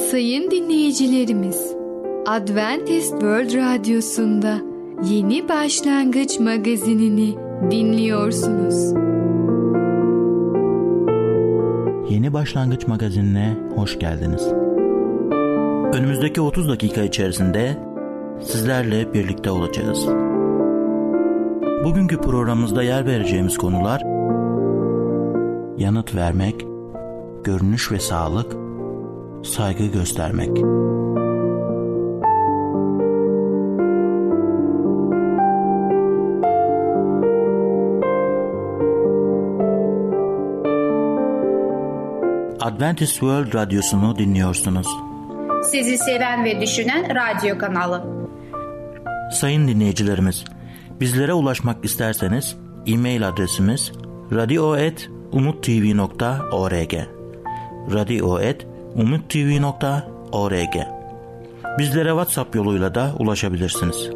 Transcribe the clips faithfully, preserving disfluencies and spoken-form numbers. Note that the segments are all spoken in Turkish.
Sayın dinleyicilerimiz, Adventist World Radyosu'nda Yeni Başlangıç Magazinini dinliyorsunuz. Yeni Başlangıç Magazinine hoş geldiniz. Önümüzdeki otuz dakika içerisinde sizlerle birlikte olacağız. Bugünkü programımızda yer vereceğimiz konular: yanıt vermek, görünüş ve sağlık, saygı göstermek. Adventist World Radyosu'nu dinliyorsunuz. Sizi seven ve düşünen radyo kanalı. Sayın dinleyicilerimiz, bizlere ulaşmak isterseniz e-mail adresimiz radio et umuttv nokta org radio et umuttv nokta org. Bizlere WhatsApp yoluyla da ulaşabilirsiniz.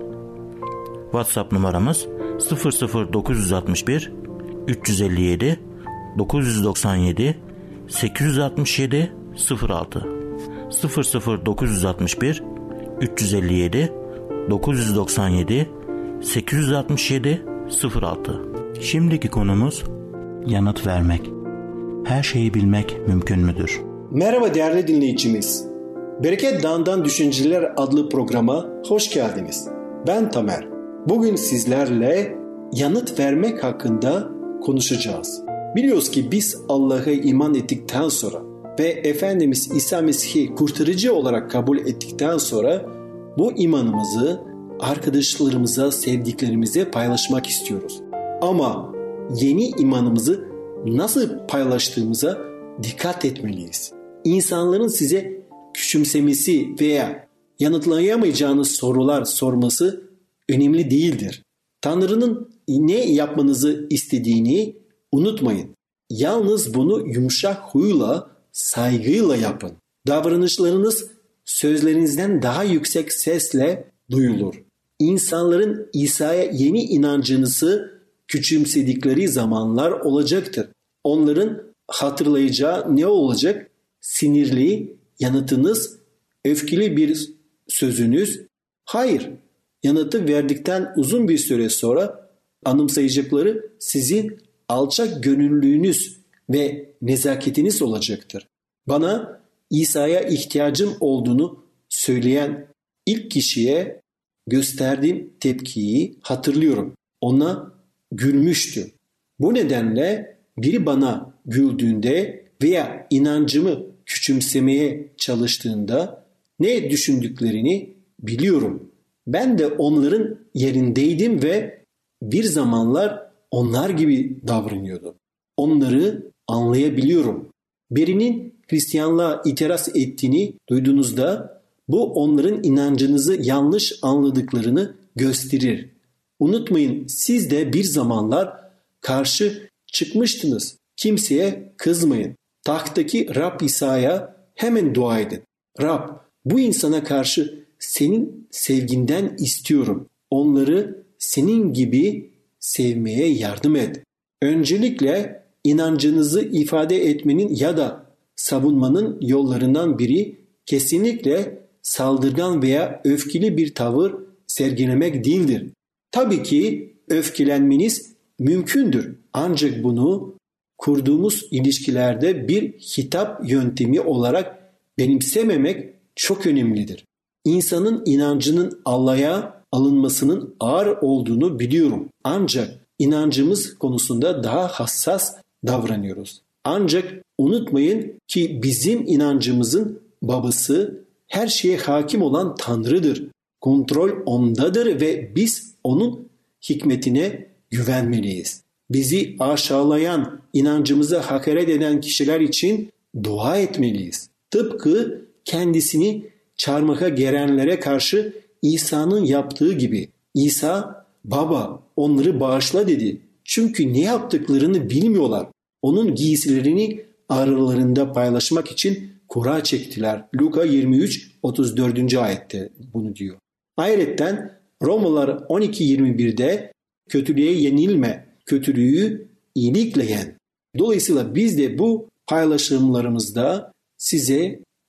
WhatsApp numaramız sıfır sıfır dokuz altı bir üç yüz elli yedi dokuz yüz doksan yedi sekiz yüz altmış yedi sıfır altı sıfır sıfır dokuz altı bir üç yüz elli yedi dokuz yüz doksan yedi sekiz yüz altmış yedi sıfır altı. Şimdiki konumuz yanıt vermek. Her şeyi bilmek mümkün müdür? Merhaba değerli dinleyicimiz. Bereket Dağı'ndan Düşünceler adlı programa hoş geldiniz. Ben Tamer. Bugün sizlerle yanıt vermek hakkında konuşacağız. Biliyoruz ki biz Allah'a iman ettikten sonra ve Efendimiz İsa Mesih'i kurtarıcı olarak kabul ettikten sonra bu imanımızı arkadaşlarımıza, sevdiklerimize paylaşmak istiyoruz. Ama yeni imanımızı nasıl paylaştığımıza dikkat etmeliyiz. İnsanların size küçümsemesi veya yanıtlayamayacağınız sorular sorması önemli değildir. Tanrı'nın ne yapmanızı istediğini unutmayın. Yalnız bunu yumuşak huyla, saygıyla yapın. Davranışlarınız sözlerinizden daha yüksek sesle duyulur. İnsanların İsa'ya yeni inancınızı küçümsedikleri zamanlar olacaktır. Onların hatırlayacağı ne olacak? Sinirli yanıtınız, öfkeli bir sözünüz. Hayır, yanıtı verdikten uzun bir süre sonra anımsayacakları sizin alçak gönüllülüğünüz ve nezaketiniz olacaktır. Bana İsa'ya ihtiyacım olduğunu söyleyen ilk kişiye gösterdiğim tepkiyi hatırlıyorum. Ona gülmüştü. Bu nedenle biri bana güldüğünde veya inancımı küçümsemeye çalıştığında ne düşündüklerini biliyorum. Ben de onların yerindeydim ve bir zamanlar onlar gibi davranıyordum. Onları anlayabiliyorum. Birinin Hristiyanlığa itiraz ettiğini duyduğunuzda bu onların inancınızı yanlış anladıklarını gösterir. Unutmayın, siz de bir zamanlar karşı çıkmıştınız. Kimseye kızmayın. Takttaki Rab İsa'ya hemen dua edin. Rab, bu insana karşı senin sevginden istiyorum. Onları senin gibi sevmeye yardım et. Öncelikle inancınızı ifade etmenin ya da savunmanın yollarından biri kesinlikle saldırgan veya öfkeli bir tavır sergilemek değildir. Tabii ki öfkelenmeniz mümkündür. Ancak bunu kurduğumuz ilişkilerde bir hitap yöntemi olarak benimsememek çok önemlidir. İnsanın inancının alaya alınmasının ağır olduğunu biliyorum. Ancak inancımız konusunda daha hassas davranıyoruz. Ancak unutmayın ki bizim inancımızın babası her şeye hakim olan Tanrı'dır. Kontrol ondadır ve biz onun hikmetine güvenmeliyiz. Bizi aşağılayan, inancımızı hakaret eden kişiler için dua etmeliyiz. Tıpkı kendisini çarmıha gerenlere karşı İsa'nın yaptığı gibi. İsa, "Baba, onları bağışla" dedi. Çünkü ne yaptıklarını bilmiyorlar. Onun giysilerini aralarında paylaşmak için kura çektiler. Luka yirmi üç otuz dördüncü ayette bunu diyor. Ayrıca Romalılar on iki yirmi birde kötülüğe yenilme, kötülüğü iyilikle yen. Dolayısıyla biz de bu paylaşımlarımızda size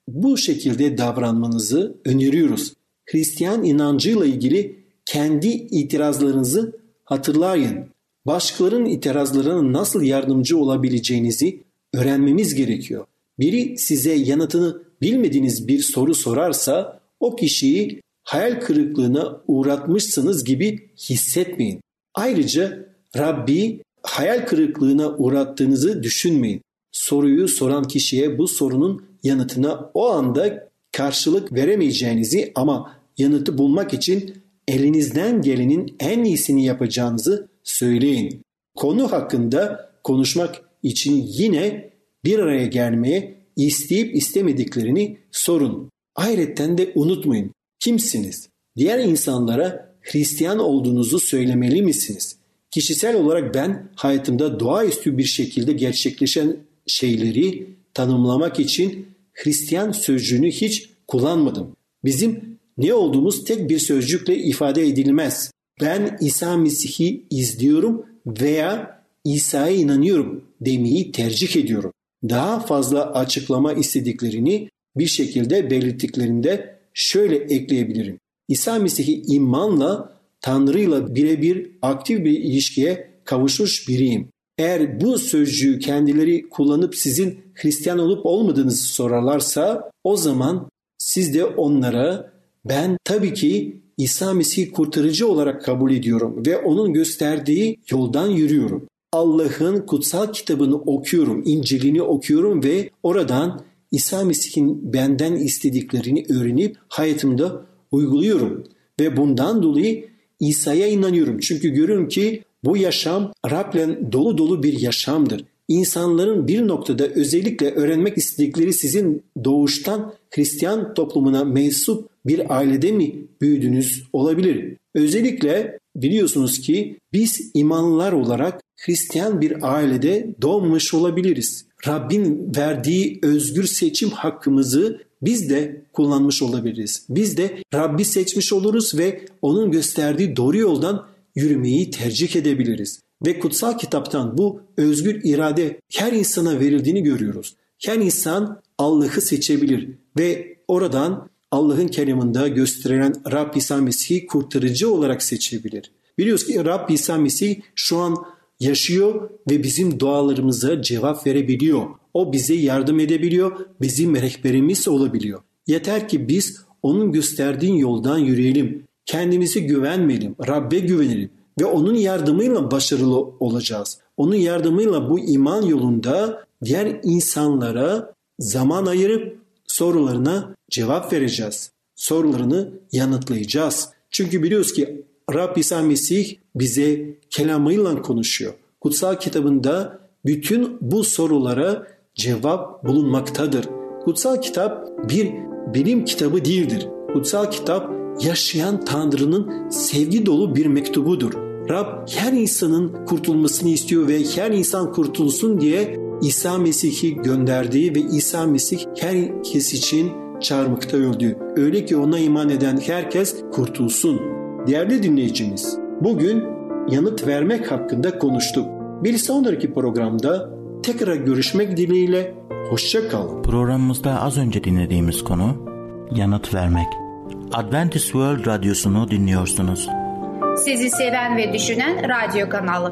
bu şekilde davranmanızı öneriyoruz. Hristiyan inancıyla ilgili kendi itirazlarınızı hatırlayın. Başkalarının itirazlarına nasıl yardımcı olabileceğinizi öğrenmemiz gerekiyor. Biri size yanıtını bilmediğiniz bir soru sorarsa o kişiyi hayal kırıklığına uğratmışsınız gibi hissetmeyin. Ayrıca Rabbi hayal kırıklığına uğrattığınızı düşünmeyin. Soruyu soran kişiye bu sorunun yanıtına o anda karşılık veremeyeceğinizi ama yanıtı bulmak için elinizden gelenin en iyisini yapacağınızı söyleyin. Konu hakkında konuşmak için yine bir araya gelmeye isteyip istemediklerini sorun. Ayrıca de unutmayın. Kimsiniz? Diğer insanlara Hristiyan olduğunuzu söylemeli misiniz? Kişisel olarak ben hayatımda doğaüstü bir şekilde gerçekleşen şeyleri tanımlamak için Hristiyan sözcüğünü hiç kullanmadım. Bizim ne olduğumuz tek bir sözcükle ifade edilmez. Ben İsa Mesih'i izliyorum veya İsa'ya inanıyorum demeyi tercih ediyorum. Daha fazla açıklama istediklerini bir şekilde belirttiklerinde şöyle ekleyebilirim. İsa Mesih'i imanla Tanrı'yla birebir aktif bir ilişkiye kavuşmuş biriyim. Eğer bu sözcüğü kendileri kullanıp sizin Hristiyan olup olmadığınızı sorarlarsa o zaman siz de onlara ben tabii ki İsa Mesih'i kurtarıcı olarak kabul ediyorum ve onun gösterdiği yoldan yürüyorum. Allah'ın kutsal kitabını okuyorum, İncil'ini okuyorum ve oradan İsa Mesih'in benden istediklerini öğrenip hayatımda uyguluyorum. Ve bundan dolayı İsa'ya inanıyorum. Çünkü görüyorum ki bu yaşam Rab'le dolu dolu bir yaşamdır. İnsanların bir noktada özellikle öğrenmek istedikleri sizin doğuştan Hristiyan toplumuna mensup bir ailede mi büyüdünüz olabilir. Özellikle biliyorsunuz ki biz imanlılar olarak Hristiyan bir ailede doğmuş olabiliriz. Rabbin verdiği özgür seçim hakkımızı biz de kullanmış olabiliriz. Biz de Rabbi seçmiş oluruz ve onun gösterdiği doğru yoldan yürümeyi tercih edebiliriz. Ve kutsal kitaptan bu özgür irade her insana verildiğini görüyoruz. Her insan Allah'ı seçebilir ve oradan Allah'ın kelamında gösterilen Rab İsa Mesih'i kurtarıcı olarak seçebilir. Biliyoruz ki Rab İsa Mesih şu an yaşıyor ve bizim dualarımıza cevap verebiliyor. O bize yardım edebiliyor, bizim rehberimiz olabiliyor. Yeter ki biz onun gösterdiği yoldan yürüyelim. Kendimize güvenmeyelim, Rabbe güvenelim ve onun yardımıyla başarılı olacağız. Onun yardımıyla bu iman yolunda diğer insanlara zaman ayırıp sorularına cevap vereceğiz. Sorularını yanıtlayacağız. Çünkü biliyoruz ki Rab İsa Mesih bize kelamıyla konuşuyor. Kutsal kitabında bütün bu sorulara cevap bulunmaktadır. Kutsal kitap bir bilim kitabı değildir. Kutsal kitap yaşayan Tanrı'nın sevgi dolu bir mektubudur. Rab her insanın kurtulmasını istiyor ve her insan kurtulsun diye İsa Mesih'i gönderdiği ve İsa Mesih herkes için çarmıhta öldü. Öyle ki ona iman eden herkes kurtulsun. Değerli dinleyicimiz, bugün yanıt vermek hakkında konuştuk. Bir sonraki programda tekrar görüşmek dileğiyle, hoşça kalın. Programımızda az önce dinlediğimiz konu yanıt vermek. Adventist World Radyosu'nu dinliyorsunuz. Sizi seven ve düşünen radyo kanalı.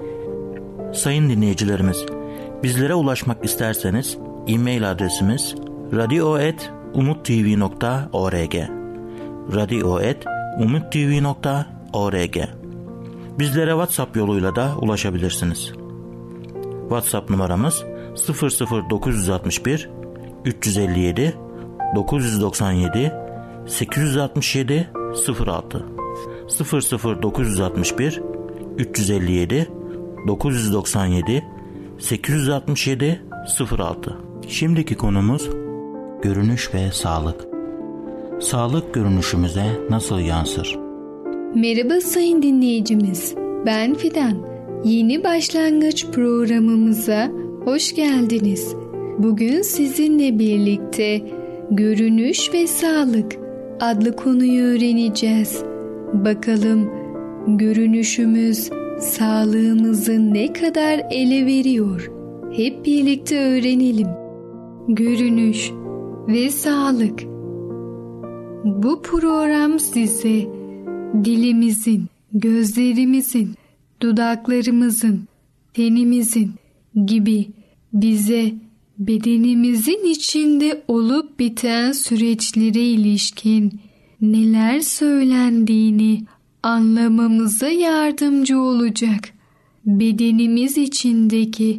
Sayın dinleyicilerimiz, bizlere ulaşmak isterseniz e-mail adresimiz radio et umuttv nokta org radio et umuttv nokta org. Bizlere WhatsApp yoluyla da ulaşabilirsiniz. WhatsApp numaramız sıfır sıfır dokuz altı bir üç elli yedi dokuz doksan yedi sekiz altı yedi sıfır altı sıfır sıfır dokuz altı bir üç elli yedi dokuz doksan yedi sekiz altı yedi sıfır altı. Şimdiki konumuz görünüş ve sağlık. Sağlık görünüşümüze nasıl yansır? Merhaba sayın dinleyicimiz. Ben Fidan. Yeni başlangıç programımıza hoş geldiniz. Bugün sizinle birlikte görünüş ve sağlık adlı konuyu öğreneceğiz. Bakalım görünüşümüz sağlığımızı ne kadar ele veriyor? Hep birlikte öğrenelim. Görünüş, ve sağlık. Bu program size dilimizin, gözlerimizin, dudaklarımızın, tenimizin gibi bize bedenimizin içinde olup biten süreçlere ilişkin neler söylendiğini anlamamıza yardımcı olacak. Bedenimiz içindeki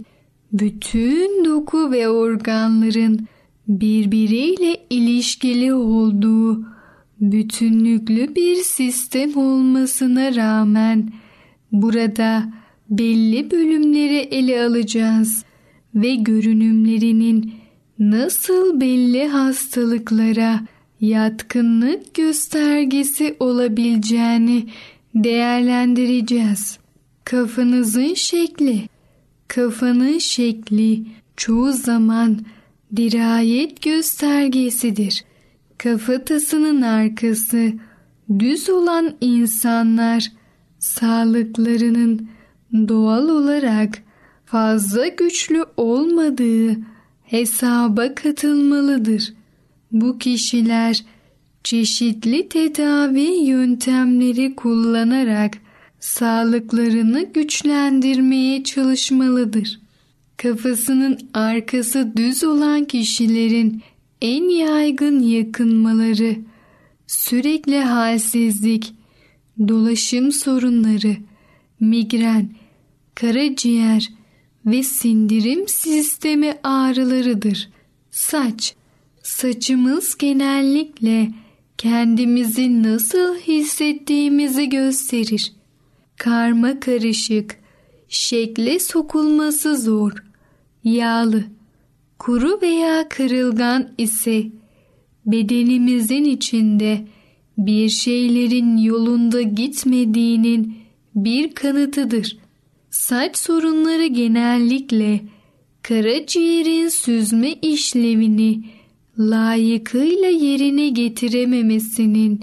bütün doku ve organların birbiriyle ilişkili olduğu bütünlüklü bir sistem olmasına rağmen burada belli bölümleri ele alacağız ve görünümlerinin nasıl belli hastalıklara yatkınlık göstergesi olabileceğini değerlendireceğiz. Kafanızın şekli. Kafanın şekli çoğu zaman dirayet göstergesidir. Kafatasının arkası düz olan insanlar sağlıklarının doğal olarak fazla güçlü olmadığı hesaba katılmalıdır. Bu kişiler çeşitli tedavi yöntemleri kullanarak sağlıklarını güçlendirmeye çalışmalıdır. Kafasının arkası düz olan kişilerin en yaygın yakınmaları, sürekli halsizlik, dolaşım sorunları, migren, karaciğer ve sindirim sistemi ağrılarıdır. Saç, saçımız genellikle kendimizi nasıl hissettiğimizi gösterir. Karma karışık, şekle sokulması zor, yağlı, kuru veya kırılgan ise bedenimizin içinde bir şeylerin yolunda gitmediğinin bir kanıtıdır. Saç sorunları genellikle karaciğerin süzme işlevini layıkıyla yerine getirememesinin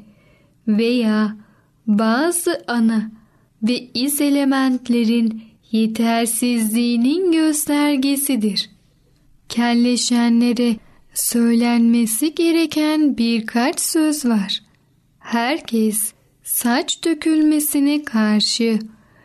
veya bazı ana ve iz elementlerin yetersizliğinin göstergesidir. Kelleşenlere söylenmesi gereken birkaç söz var. Herkes saç dökülmesine karşı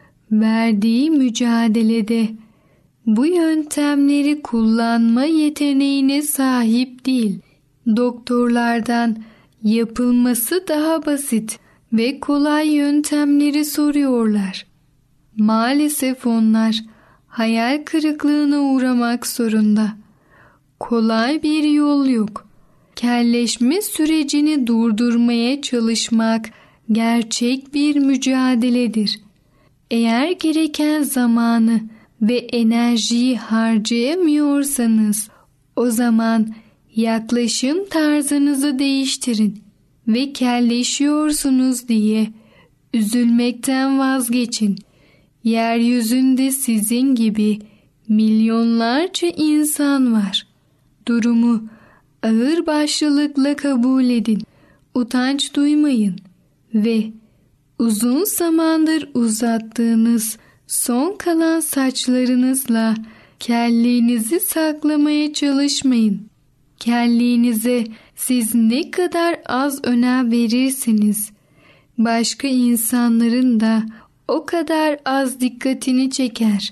verdiği mücadelede bu yöntemleri kullanma yeteneğine sahip değil. Doktorlardan yapılması daha basit ve kolay yöntemleri soruyorlar. Maalesef onlar hayal kırıklığına uğramak zorunda. Kolay bir yol yok. Kelleşme sürecini durdurmaya çalışmak gerçek bir mücadeledir. Eğer gereken zamanı ve enerjiyi harcayamıyorsanız, o zaman yaklaşım tarzınızı değiştirin ve kelleşiyorsunuz diye üzülmekten vazgeçin. Yeryüzünde sizin gibi milyonlarca insan var. Durumu ağırbaşlılıkla kabul edin. Utanç duymayın ve uzun zamandır uzattığınız son kalan saçlarınızla kelliğinizi saklamaya çalışmayın. Kelliğinize siz ne kadar az önem verirseniz, başka insanların da o kadar az dikkatini çeker.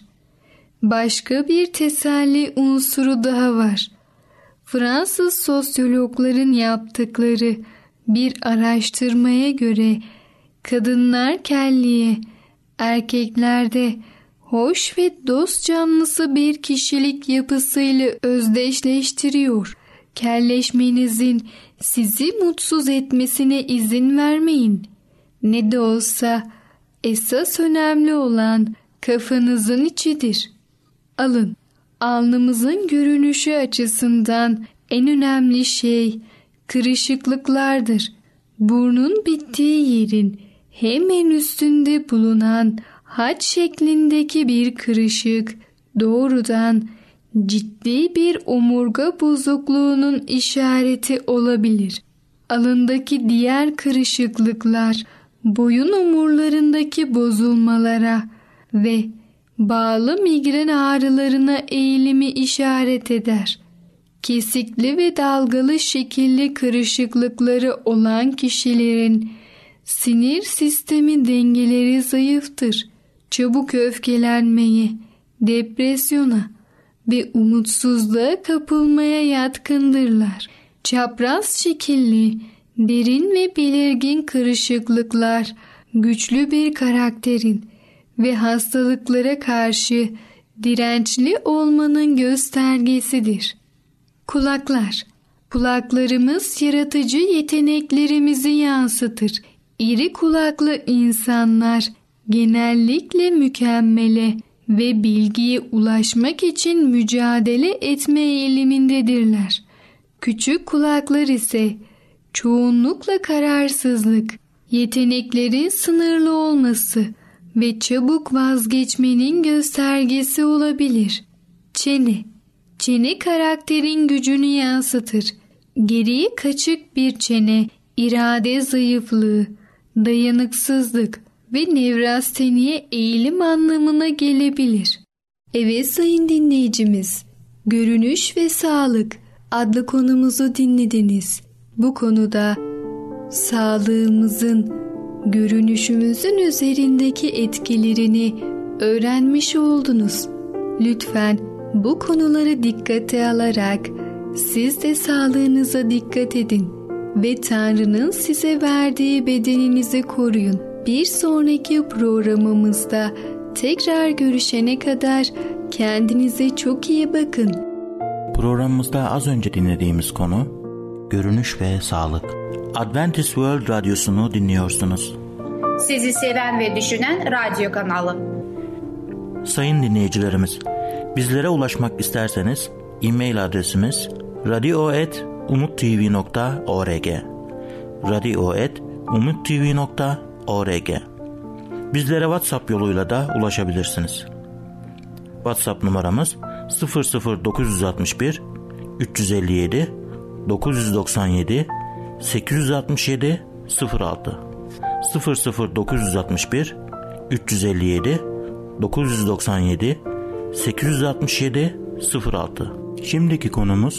Başka bir teselli unsuru daha var. Fransız sosyologların yaptıkları bir araştırmaya göre kadınlar kelliğe, erkeklerde hoş ve dost canlısı bir kişilik yapısıyla özdeşleştiriyor. Kelleşmenizin sizi mutsuz etmesine izin vermeyin. Ne de olsa esas önemli olan kafanızın içidir. Alın, alnımızın görünüşü açısından en önemli şey kırışıklıklardır. Burnun bittiği yerin hemen üstünde bulunan haç şeklindeki bir kırışık doğrudan ciddi bir omurga bozukluğunun işareti olabilir. Alındaki diğer kırışıklıklar boyun omurlarındaki bozulmalara ve bağlı migren ağrılarına eğilimi işaret eder. kesikli ve dalgalı şekilli kırışıklıkları olan kişilerin sinir sistemi dengeleri zayıftır. Çabuk öfkelenmeye, depresyona ve umutsuzluğa kapılmaya yatkındırlar. Çapraz şekilli, derin ve belirgin kırışıklıklar güçlü bir karakterin ve hastalıklara karşı dirençli olmanın göstergesidir. Kulaklar. Kulaklarımız yaratıcı yeteneklerimizi yansıtır. İri kulaklı insanlar genellikle mükemmele ve bilgiye ulaşmak için mücadele etme eğilimindedirler. Küçük kulaklar ise çoğunlukla kararsızlık, yeteneklerin sınırlı olması ve çabuk vazgeçmenin göstergesi olabilir. Çene. Çene karakterin gücünü yansıtır. Geriye kaçık bir çene, irade zayıflığı, dayanıksızlık ve nevrasteniye eğilim anlamına gelebilir. Evet sayın dinleyicimiz, Görünüş ve Sağlık adlı konumuzu dinlediniz. Bu konuda sağlığımızın, görünüşümüzün üzerindeki etkilerini öğrenmiş oldunuz. Lütfen bu konuları dikkate alarak siz de sağlığınıza dikkat edin ve Tanrı'nın size verdiği bedeninizi koruyun. Bir sonraki programımızda tekrar görüşene kadar kendinize çok iyi bakın. Programımızda az önce dinlediğimiz konu görünüş ve sağlık. Adventist World Radyosu'nu dinliyorsunuz. Sizi seven ve düşünen radyo kanalı. Sayın dinleyicilerimiz, bizlere ulaşmak isterseniz e-mail adresimiz radio et umuttv nokta org radio et umuttv nokta org. Bizlere WhatsApp yoluyla da ulaşabilirsiniz. WhatsApp numaramız sıfır sıfır dokuz altı bir üç elli yedi dokuz doksan yedi sekiz altı yedi sıfır altı sıfır sıfır dokuz altı bir üç elli yedi dokuz doksan yedi sekiz altı yedi sıfır altı. Şimdiki konumuz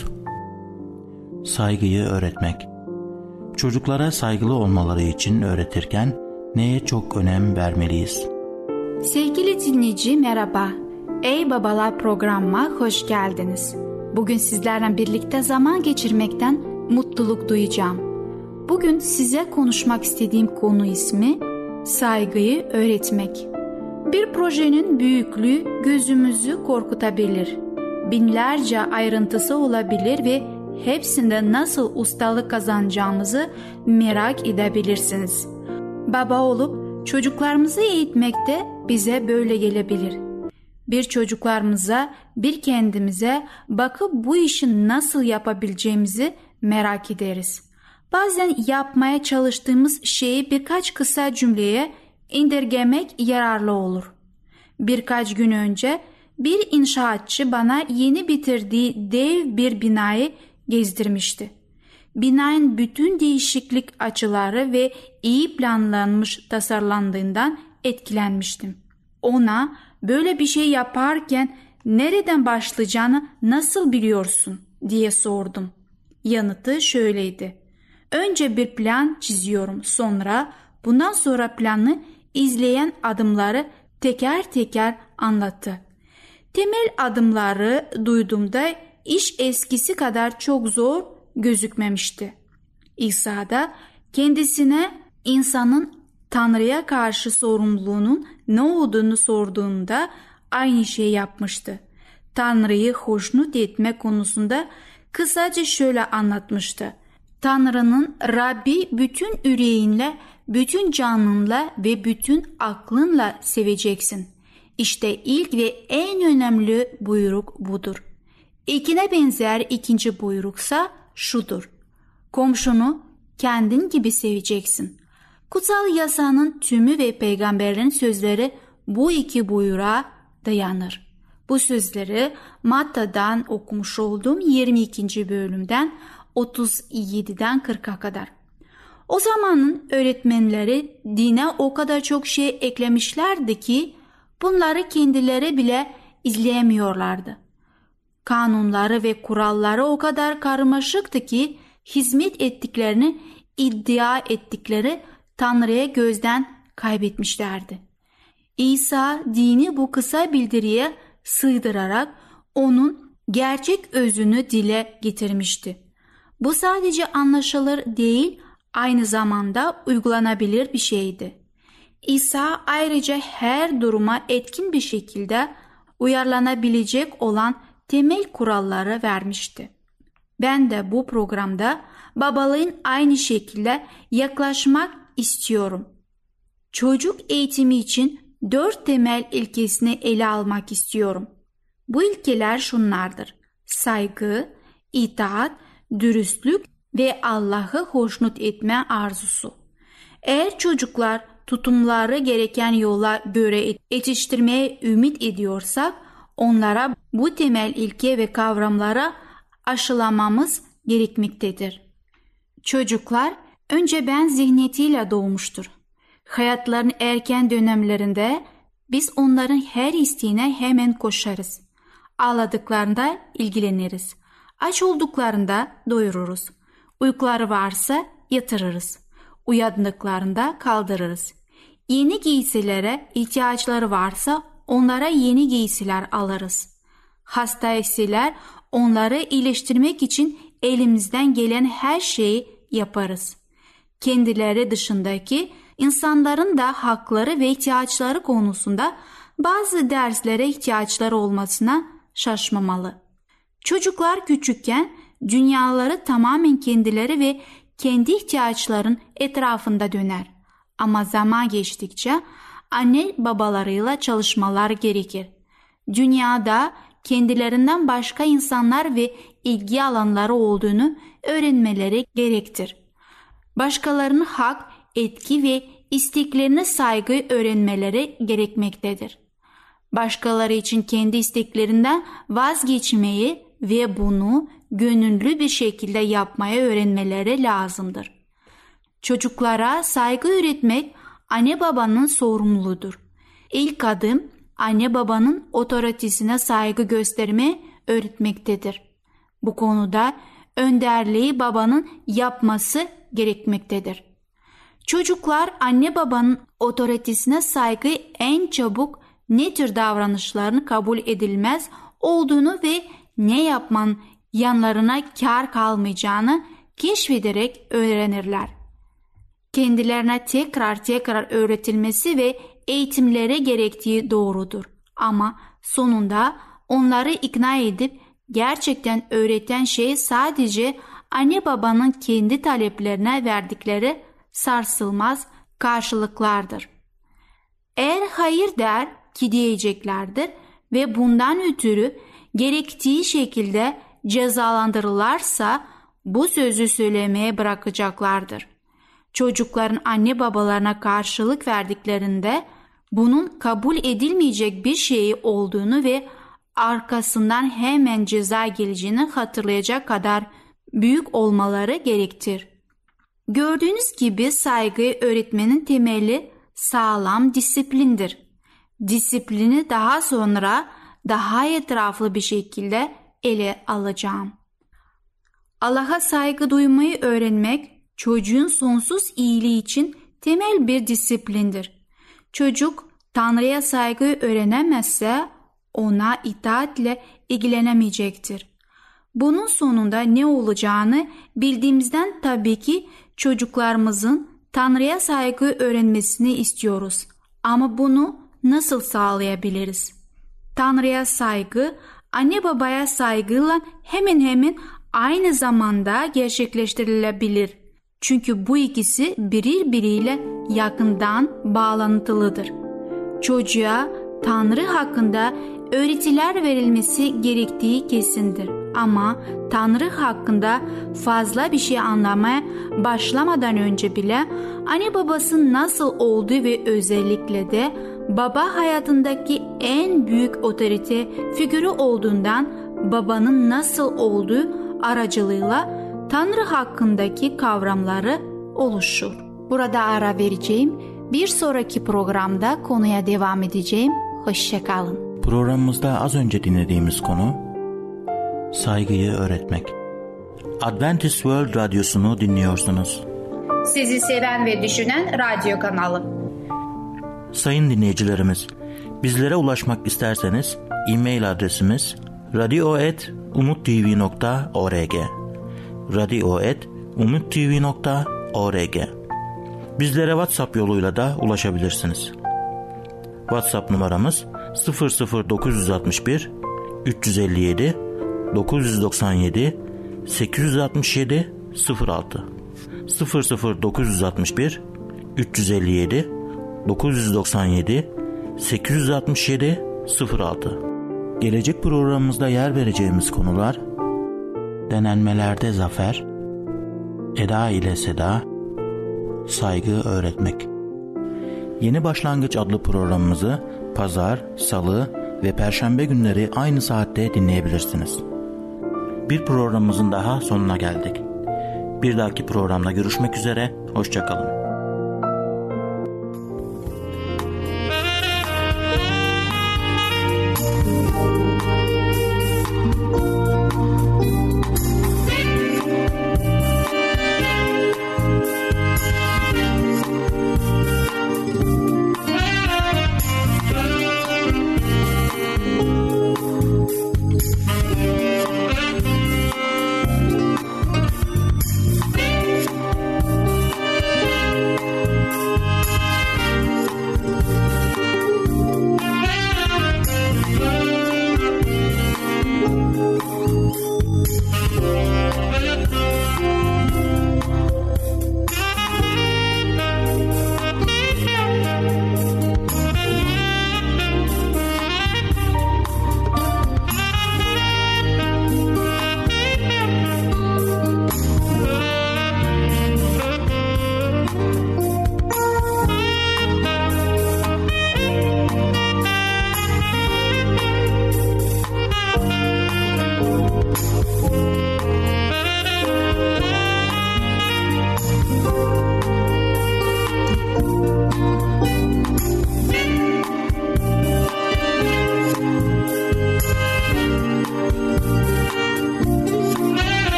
saygıyı öğretmek. Çocuklara saygılı olmaları için öğretirken neye çok önem vermeliyiz? Sevgili dinleyici merhaba. Ey Babalar programıma hoş geldiniz. Bugün sizlerle birlikte zaman geçirmekten mutluluk duyacağım. Bugün size konuşmak istediğim konu ismi saygıyı öğretmek. Bir projenin büyüklüğü gözümüzü korkutabilir. Binlerce ayrıntısı olabilir ve hepsinde nasıl ustalık kazanacağımızı merak edebilirsiniz. Baba olup çocuklarımızı eğitmekte bize böyle gelebilir. Bir çocuklarımıza, bir kendimize bakıp bu işi nasıl yapabileceğimizi merak ederiz. Bazen yapmaya çalıştığımız şeyi birkaç kısa cümleye indirgemek yararlı olur. Birkaç gün önce bir inşaatçı bana yeni bitirdiği dev bir binayı gezdirmişti. Binanın bütün değişiklik açıları ve iyi planlanmış tasarlandığından etkilenmiştim. Ona böyle bir şey yaparken nereden başlayacağını nasıl biliyorsun diye sordum. Yanıtı şöyleydi. Önce bir plan çiziyorum, sonra bundan sonra planı izleyen adımları teker teker anlattı. Temel adımları duyduğumda iş eskisi kadar çok zor gözükmemişti. İsa da kendisine insanın Tanrı'ya karşı sorumluluğunun ne olduğunu sorduğunda aynı şeyi yapmıştı. Tanrı'yı hoşnut etme konusunda kısaca şöyle anlatmıştı. Tanrı'nın Rabbi bütün yüreğinle, bütün canınla ve bütün aklınla seveceksin. İşte ilk ve en önemli buyruk budur. İkine benzer ikinci buyruksa şudur. Komşunu kendin gibi seveceksin. Kutsal yasanın tümü ve peygamberlerin sözleri bu iki buyruğa dayanır. Bu sözleri Matta'dan okumuş olduğum yirmi ikinci bölümden otuz yediden kırka kadar. O zamanın öğretmenleri dine o kadar çok şey eklemişlerdi ki bunları kendileri bile izleyemiyorlardı. Kanunları ve kuralları o kadar karmaşıktı ki hizmet ettiklerini iddia ettikleri Tanrı'ya gözden kaybetmişlerdi. İsa dini bu kısa bildiriye sığdırarak onun gerçek özünü dile getirmişti. Bu sadece anlaşılır değil, aynı zamanda uygulanabilir bir şeydi. İsa ayrıca her duruma etkin bir şekilde uyarlanabilecek olan temel kuralları vermişti. Ben de bu programda babalığın aynı şekilde yaklaşmak istiyorum. Çocuk eğitimi için dört temel ilkesini ele almak istiyorum. Bu ilkeler şunlardır: saygı, itaat, dürüstlük ve Allah'ı hoşnut etme arzusu. Eğer çocuklar tutumları gereken yola göre yetiştirmeye ümit ediyorsak, onlara bu temel ilke ve kavramlara aşılamamız gerekmektedir. Çocuklar önce ben zihniyetiyle doğmuştur. Hayatların erken dönemlerinde biz onların her isteğine hemen koşarız. Ağladıklarında ilgileniriz. Aç olduklarında doyururuz. Uykuları varsa yatırırız. Uyandıklarında kaldırırız. Yeni giysilere ihtiyaçları varsa onlara yeni giysiler alırız. Hasta iseler onları iyileştirmek için elimizden gelen her şeyi yaparız. Kendileri dışındaki insanların da hakları ve ihtiyaçları konusunda bazı derslere ihtiyaçları olmasına şaşmamalı. Çocuklar küçükken dünyaları tamamen kendileri ve kendi ihtiyaçların etrafında döner. Ama zaman geçtikçe anne babalarıyla çalışmalar gerekir. Dünyada kendilerinden başka insanlar ve ilgi alanları olduğunu öğrenmeleri gerektir. Başkalarının hak, etki ve isteklerine saygı öğrenmeleri gerekmektedir. Başkaları için kendi isteklerinden vazgeçmeyi ve bunu gönüllü bir şekilde yapmayı öğrenmeleri lazımdır. Çocuklara saygı öğretmek anne babanın sorumluluğudur. İlk adım anne babanın otoritesine saygı gösterme öğretmektedir. Bu konuda önderliği babanın yapması gerekmektedir. Çocuklar anne babanın otoritesine saygı en çabuk ne tür davranışların kabul edilmez olduğunu ve ne yapman yanlarına kar kalmayacağını keşfederek öğrenirler. Kendilerine tekrar tekrar öğretilmesi ve eğitimlere gerektiği doğrudur. Ama sonunda onları ikna edip gerçekten öğreten şey sadece anne babanın kendi taleplerine verdikleri sarsılmaz karşılıklardır. Eğer hayır der ki diyeceklerdir ve bundan ötürü gerektiği şekilde cezalandırırlarsa bu sözü söylemeye bırakacaklardır. Çocukların anne babalarına karşılık verdiklerinde bunun kabul edilmeyecek bir şey olduğunu ve arkasından hemen ceza geleceğini hatırlayacak kadar büyük olmaları gerektir. Gördüğünüz gibi saygıyı öğretmenin temeli sağlam disiplindir. Disiplini daha sonra daha etraflı bir şekilde ele alacağım. Allah'a saygı duymayı öğrenmek çocuğun sonsuz iyiliği için temel bir disiplindir. Çocuk Tanrı'ya saygı öğrenemezse ona itaatle ilgilenemeyecektir. Bunun sonunda ne olacağını bildiğimizden tabii ki çocuklarımızın Tanrı'ya saygı öğrenmesini istiyoruz. Ama bunu nasıl sağlayabiliriz? Tanrı'ya saygı, anne babaya saygıyla hemen hemen aynı zamanda gerçekleştirilebilir. Çünkü bu ikisi birbiriyle yakından bağlantılıdır. Çocuğa Tanrı hakkında öğretiler verilmesi gerektiği kesindir. Ama Tanrı hakkında fazla bir şey anlamaya başlamadan önce bile anne babasının nasıl olduğu ve özellikle de baba hayatındaki en büyük otorite figürü olduğundan babanın nasıl olduğu aracılığıyla Tanrı hakkındaki kavramları oluşur. Burada ara vereceğim. Bir sonraki programda konuya devam edeceğim. Hoşça kalın. Programımızda az önce dinlediğimiz konu saygıyı öğretmek. Adventist World Radyosu'nu dinliyorsunuz. Sizi seven ve düşünen radyo kanalı. Sayın dinleyicilerimiz, bizlere ulaşmak isterseniz e-mail adresimiz radio et umuttv nokta org radio et umuttv nokta org. Bizlere WhatsApp yoluyla da ulaşabilirsiniz. WhatsApp numaramız sıfır sıfır dokuz altı bir üç yüz elli yedi dokuz yüz doksan yedi sekiz yüz altmış yedi sıfır altı sıfır sıfır dokuz altı bir üç yüz elli yedi dokuz yüz doksan yedi sekiz yüz altmış yedi sıfır altı. Gelecek programımızda yer vereceğimiz konular: denenmelerde zafer, eda ile seda, saygı öğretmek. Yeni Başlangıç adlı programımızı pazar, salı ve perşembe günleri aynı saatte dinleyebilirsiniz. Bir programımızın daha sonuna geldik. Bir dahaki programda görüşmek üzere, hoşça kalın.